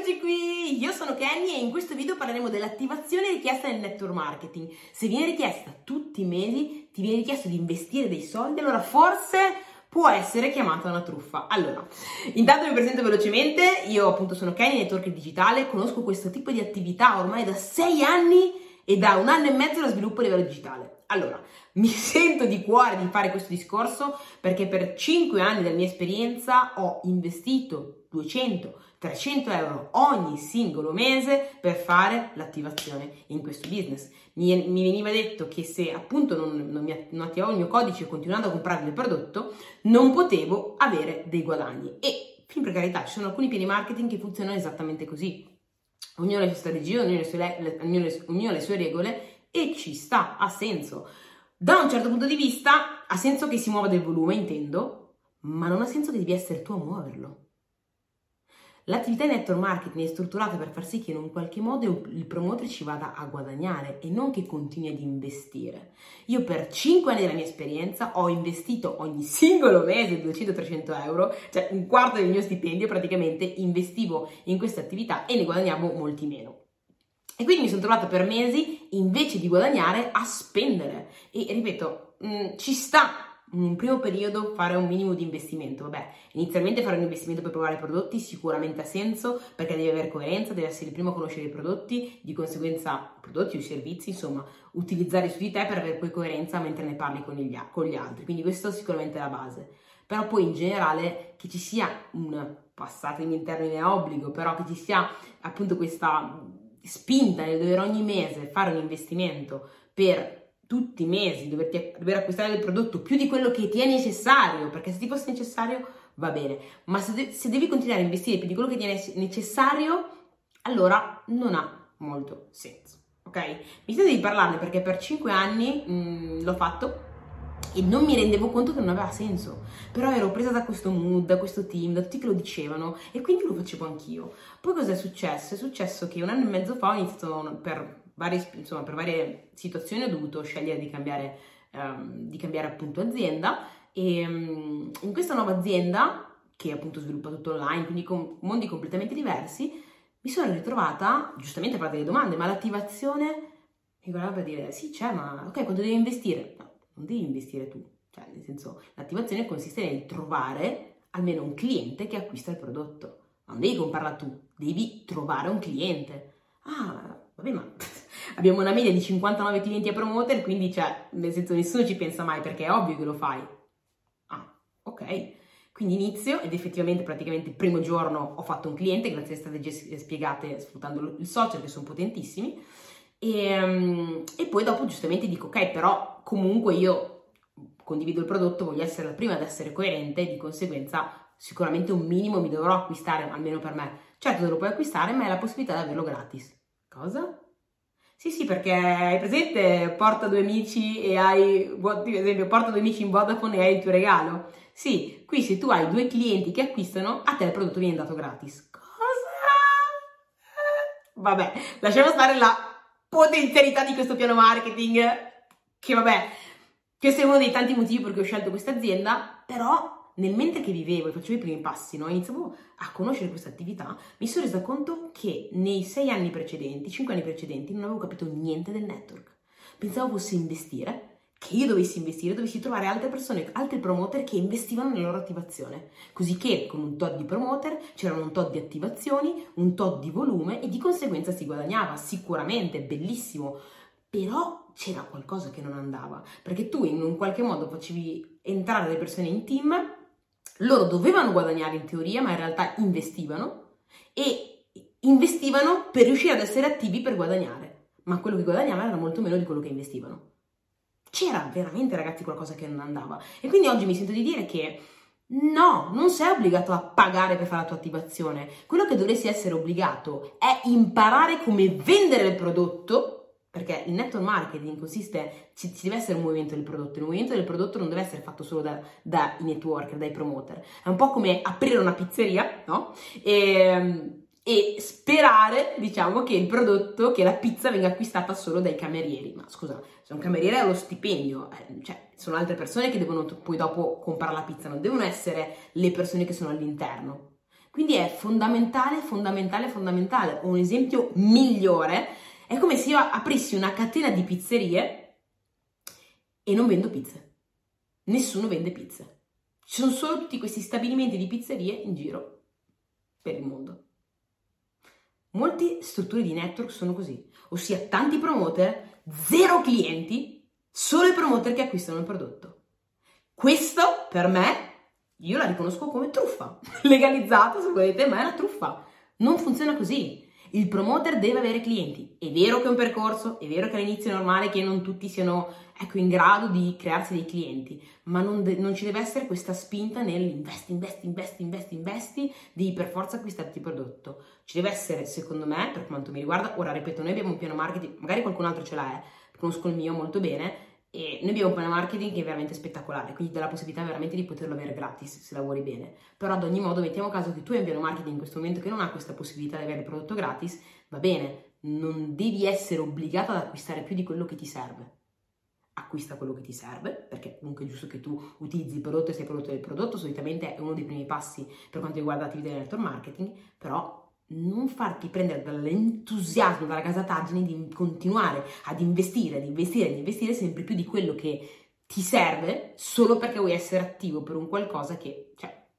Eccoci qui, io sono Kenny e in questo video parleremo dell'attivazione richiesta nel network marketing. Se viene richiesta tutti i mesi, ti viene richiesto di investire dei soldi, allora forse può essere chiamata una truffa. Allora, intanto vi presento velocemente, io appunto sono Kenny, networker digitale, conosco questo tipo di attività ormai da 6 anni e da 1 anno e mezzo lo sviluppo a livello digitale. Allora, mi sento di cuore di fare questo discorso perché per 5 anni della mia esperienza ho investito 200-300 euro ogni singolo mese per fare l'attivazione in questo business. Mi veniva detto che se appunto non attivavo il mio codice continuando a comprare il prodotto, non potevo avere dei guadagni. E, fin per carità, ci sono alcuni piani marketing che funzionano esattamente così. Ognuno ha le sue strategie, ognuno ha le sue regole e ci sta, ha senso. Da un certo punto di vista ha senso che si muova del volume, intendo, ma non ha senso che devi essere tu a muoverlo. L'attività di network marketing è strutturata per far sì che in un qualche modo il promoter ci vada a guadagnare e non che continui ad investire. Io per 5 anni della mia esperienza ho investito ogni singolo mese 200-300 euro, cioè un quarto del mio stipendio praticamente investivo in questa attività e ne guadagnavo molti meno. E quindi mi sono trovata per mesi, invece di guadagnare, a spendere. E ripeto, ci sta in un primo periodo fare un minimo di investimento. Vabbè, inizialmente fare un investimento per provare i prodotti sicuramente ha senso, perché devi avere coerenza, devi essere il primo a conoscere i prodotti, di conseguenza prodotti o servizi, insomma, utilizzare su di te per avere poi coerenza mentre ne parli con gli altri. Quindi questo sicuramente è la base. Però poi in generale che ci sia passatemi in termine obbligo, però che ci sia appunto questa spinta nel dover ogni mese fare un investimento per tutti i mesi, dover acquistare il prodotto più di quello che ti è necessario, perché se ti fosse necessario va bene, ma se devi continuare a investire più di quello che ti è necessario, allora non ha molto senso, ok? Mi sento di parlarne perché per 5 anni l'ho fatto e non mi rendevo conto che non aveva senso, però ero presa da questo mood, da questo team, da tutti che lo dicevano e quindi lo facevo anch'io. Poi cosa è successo? È successo che 1 anno e mezzo fa ho iniziato per varie situazioni ho dovuto scegliere di cambiare appunto azienda e in questa nuova azienda, che appunto sviluppa tutto online, quindi con mondi completamente diversi, mi sono ritrovata, giustamente a fare delle domande, ma l'attivazione mi guardava per dire, sì c'è, ma ok, quanto devi investire? No, non devi investire tu, cioè nel senso l'attivazione consiste nel trovare almeno un cliente che acquista il prodotto, non devi comprarla tu, devi trovare un cliente. Ah, vabbè, ma abbiamo una media di 59 clienti a promoter, quindi cioè, nel senso nessuno ci pensa mai perché è ovvio che lo fai. Ah, ok. Quindi inizio ed effettivamente praticamente il primo giorno ho fatto un cliente grazie alle strategie spiegate sfruttando il social che sono potentissimi e poi dopo giustamente dico ok, però comunque io condivido il prodotto, voglio essere la prima ad essere coerente e di conseguenza sicuramente un minimo mi dovrò acquistare, almeno per me. Certo, te lo puoi acquistare, ma hai la possibilità di averlo gratis. Cosa? Sì, perché hai presente porta 2 amici e hai, per esempio, porta 2 amici in Vodafone e hai il tuo regalo? Sì, qui se tu hai 2 clienti che acquistano, a te il prodotto viene dato gratis. Cosa? Vabbè, lasciamo stare la potenzialità di questo piano marketing, che vabbè, questo è uno dei tanti motivi per cui ho scelto questa azienda, però nel mentre che vivevo e facevo i primi passi, no, iniziavo a conoscere questa attività, mi sono resa conto che nei 6 anni precedenti, 5 anni precedenti, non avevo capito niente del network. Pensavo fosse investire, che io dovessi investire, dovessi trovare altre persone, altri promoter che investivano nella loro attivazione. Così che con un tot di promoter c'erano un tot di attivazioni, un tot di volume e di conseguenza si guadagnava. Sicuramente, bellissimo. Però c'era qualcosa che non andava, perché tu in un qualche modo facevi entrare le persone in team, loro dovevano guadagnare in teoria, ma in realtà investivano per riuscire ad essere attivi per guadagnare, ma quello che guadagnavano era molto meno di quello che investivano. C'era veramente, ragazzi, qualcosa che non andava. E quindi oggi mi sento di dire che no, non sei obbligato a pagare per fare la tua attivazione. Quello che dovresti essere obbligato è imparare come vendere il prodotto, perché il network marketing consiste, ci deve essere un movimento del prodotto. Il movimento del prodotto non deve essere fatto solo dai networker, dai promoter. È un po' come aprire una pizzeria, no? E sperare, diciamo, che il prodotto, che la pizza venga acquistata solo dai camerieri. Ma scusa, se un cameriere ha lo stipendio, cioè sono altre persone che devono poi dopo comprare la pizza, non devono essere le persone che sono all'interno. Quindi è fondamentale, fondamentale, fondamentale. Un esempio migliore è come se io aprissi una catena di pizzerie e non vendo pizze. Nessuno vende pizze. Ci sono solo tutti questi stabilimenti di pizzerie in giro per il mondo. Molte strutture di network sono così, ossia tanti promoter, zero clienti, solo i promoter che acquistano il prodotto. Questo per me, io la riconosco come truffa, legalizzata se volete, ma è una truffa. Non funziona così. Il promoter deve avere clienti. È vero che è un percorso, è vero che all'inizio è normale che non tutti siano in grado di crearsi dei clienti, ma non ci deve essere questa spinta nell'investi, di per forza acquistarti il prodotto. Ci deve essere, secondo me, per quanto mi riguarda, ora ripeto, noi abbiamo un piano marketing, magari qualcun altro ce l'ha, conosco il mio molto bene, e noi abbiamo un piano marketing che è veramente spettacolare, quindi dà la possibilità veramente di poterlo avere gratis se lavori bene. Però ad ogni modo, mettiamo caso che tu hai un piano marketing in questo momento che non ha questa possibilità di avere il prodotto gratis, va bene, non devi essere obbligata ad acquistare più di quello che ti serve. Acquista quello che ti serve, perché comunque è giusto che tu utilizzi il prodotto e sei prodotto del prodotto, solitamente è uno dei primi passi per quanto riguarda l'attività di network marketing, però non farti prendere dall'entusiasmo, dalla gasataggine di continuare ad investire sempre più di quello che ti serve solo perché vuoi essere attivo per un qualcosa che,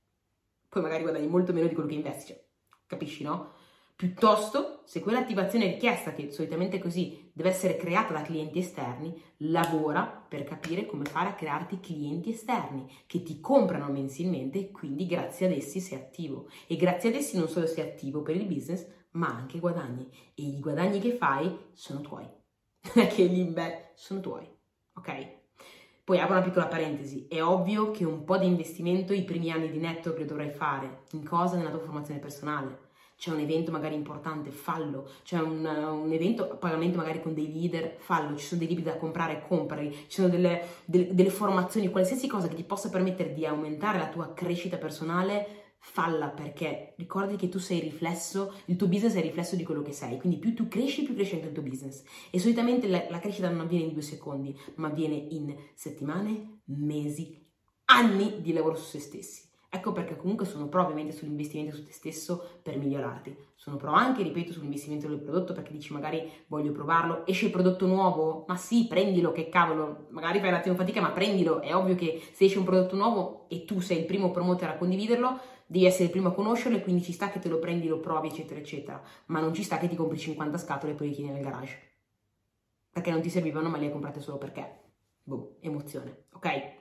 poi magari guadagni molto meno di quello che investi, capisci, no? Piuttosto, se quell'attivazione è richiesta, che solitamente è così, deve essere creata da clienti esterni, lavora per capire come fare a crearti clienti esterni che ti comprano mensilmente e quindi grazie ad essi sei attivo. E grazie ad essi non solo sei attivo per il business, ma anche guadagni. E i guadagni che fai sono tuoi. Non è che sono tuoi, ok? Poi apro una piccola parentesi, è ovvio che un po' di investimento i primi anni di network lo dovrai fare. In cosa? Nella tua formazione personale. C'è un evento magari importante, fallo. C'è un evento a pagamento magari con dei leader, fallo. Ci sono dei libri da comprare, comprali. Ci sono delle formazioni, qualsiasi cosa che ti possa permettere di aumentare la tua crescita personale, falla, perché ricordati che tu sei riflesso, il tuo business è riflesso di quello che sei, quindi più tu cresci, più cresce anche il tuo business. E solitamente la crescita non avviene in 2 secondi, ma avviene in settimane, mesi, anni di lavoro su se stessi. Ecco perché comunque sono pro ovviamente sull'investimento su te stesso per migliorarti. Sono pro anche, ripeto, sull'investimento del prodotto, perché dici magari voglio provarlo, esce il prodotto nuovo, ma sì, prendilo, che cavolo, magari fai un attimo fatica, ma prendilo. È ovvio che se esce un prodotto nuovo e tu sei il primo promoter a condividerlo, devi essere il primo a conoscerlo e quindi ci sta che te lo prendi, lo provi, eccetera, eccetera. Ma non ci sta che ti compri 50 scatole e poi le tieni nel garage. Perché non ti servivano, ma le hai comprate solo perché. Boh, emozione, ok?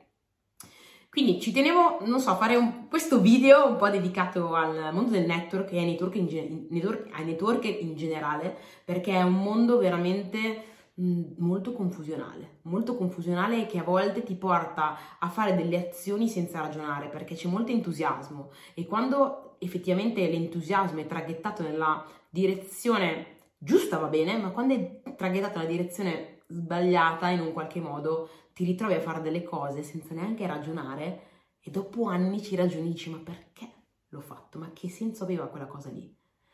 Quindi ci tenevo, non so, a fare questo video un po' dedicato al mondo del network e ai networker in generale, perché è un mondo veramente molto confusionale e che a volte ti porta a fare delle azioni senza ragionare, perché c'è molto entusiasmo e quando effettivamente l'entusiasmo è traghettato nella direzione giusta va bene, ma quando è traghettato nella direzione sbagliata in un qualche modo ti ritrovi a fare delle cose senza neanche ragionare e dopo anni ci ragioni e dici ma perché l'ho fatto? Ma che senso aveva quella cosa lì?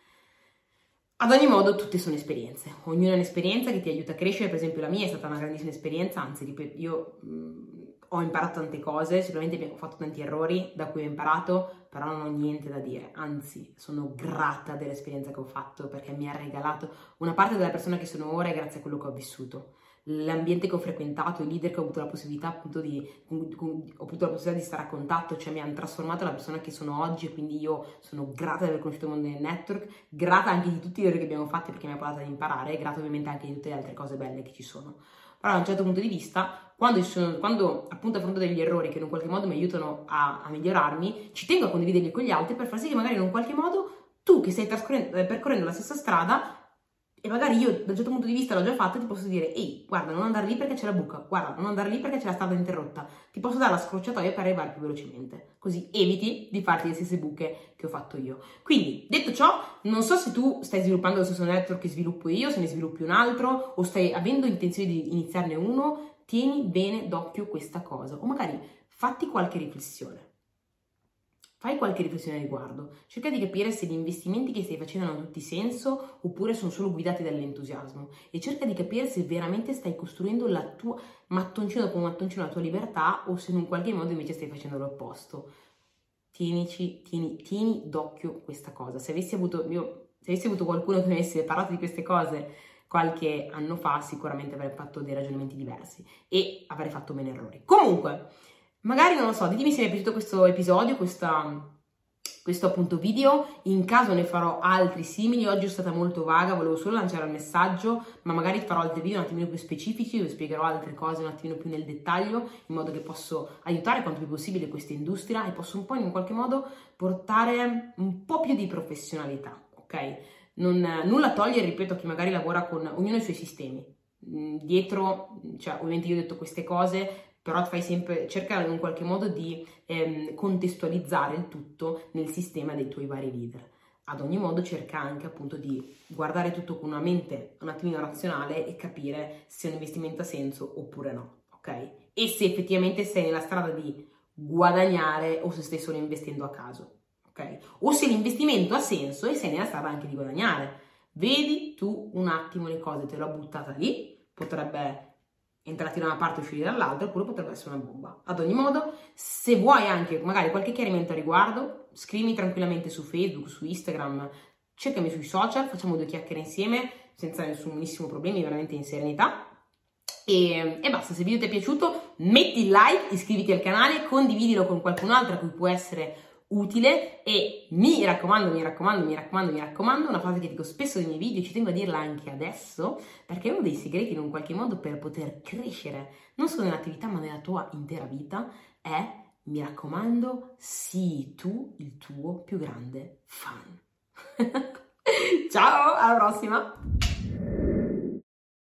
Ad ogni modo tutte sono esperienze, ognuna è un'esperienza che ti aiuta a crescere. Per esempio la mia è stata una grandissima esperienza, anzi ripeto, io ho imparato tante cose, sicuramente ho fatto tanti errori da cui ho imparato, però non ho niente da dire, anzi sono grata dell'esperienza che ho fatto perché mi ha regalato una parte della persona che sono ora grazie a quello che ho vissuto. L'ambiente che ho frequentato, i leader che ho avuto la possibilità appunto di stare a contatto, cioè mi hanno trasformato la persona che sono oggi, e quindi io sono grata di aver conosciuto il mondo del network, grata anche di tutti gli errori che abbiamo fatto perché mi ha portato ad imparare, e grata ovviamente anche di tutte le altre cose belle che ci sono. Però da un certo punto di vista, quando appunto affronto degli errori che in un qualche modo mi aiutano a migliorarmi, ci tengo a condividerli con gli altri per far sì che magari in un qualche modo tu che stai percorrendo la stessa strada, e magari io dal certo punto di vista l'ho già fatto, ti posso dire ehi, guarda, non andare lì perché c'è la buca, guarda, non andare lì perché c'è la strada interrotta, ti posso dare la scorciatoia per arrivare più velocemente, così eviti di farti le stesse buche che ho fatto io. Quindi, detto ciò, non so se tu stai sviluppando lo stesso network che sviluppo io, se ne sviluppi un altro o stai avendo intenzione di iniziarne uno, tieni bene d'occhio questa cosa o magari fatti qualche riflessione. Fai qualche riflessione a riguardo, cerca di capire se gli investimenti che stai facendo hanno tutti senso oppure sono solo guidati dall'entusiasmo e cerca di capire se veramente stai costruendo la tua mattoncino dopo mattoncino la tua libertà o se in un qualche modo invece stai facendo l'opposto. tieni d'occhio questa cosa. Se avessi avuto qualcuno che mi avesse parlato di queste cose qualche anno fa, sicuramente avrei fatto dei ragionamenti diversi e avrei fatto meno errori. Comunque, magari, non lo so, ditemi se vi è piaciuto questo episodio, questo appunto video, in caso ne farò altri simili. Oggi sono stata molto vaga, volevo solo lanciare il messaggio, ma magari farò altri video un attimino più specifici dove spiegherò altre cose un attimino più nel dettaglio, in modo che posso aiutare quanto più possibile questa industria e posso un po' in qualche modo portare un po' più di professionalità, ok? Nulla toglie, ripeto, a chi magari lavora con ognuno i suoi sistemi. Dietro, cioè ovviamente io ho detto queste cose, però fai sempre, cerca in qualche modo di contestualizzare il tutto nel sistema dei tuoi vari leader. Ad ogni modo cerca anche appunto di guardare tutto con una mente un attimino razionale e capire se un investimento ha senso oppure no, ok? E se effettivamente sei nella strada di guadagnare o se stai solo investendo a caso, ok? O se l'investimento ha senso e sei nella strada anche di guadagnare. Vedi tu un attimo le cose, te l'ho buttata lì, potrebbe entrarti da una parte e uscire dall'altra, oppure potrebbe essere una bomba. Ad ogni modo, se vuoi anche magari qualche chiarimento a riguardo, scrivimi tranquillamente su Facebook, su Instagram, cercami sui social, facciamo 2 chiacchiere insieme senza nessunissimo problemi, veramente in serenità. E basta, se il video ti è piaciuto metti il like, iscriviti al canale, condividilo con qualcun altro a cui può essere utile e mi raccomando, una frase che dico spesso nei miei video, ci tengo a dirla anche adesso, perché è uno dei segreti in un qualche modo per poter crescere, non solo nell'attività ma nella tua intera vita, è, mi raccomando, sii tu il tuo più grande fan. Ciao, alla prossima!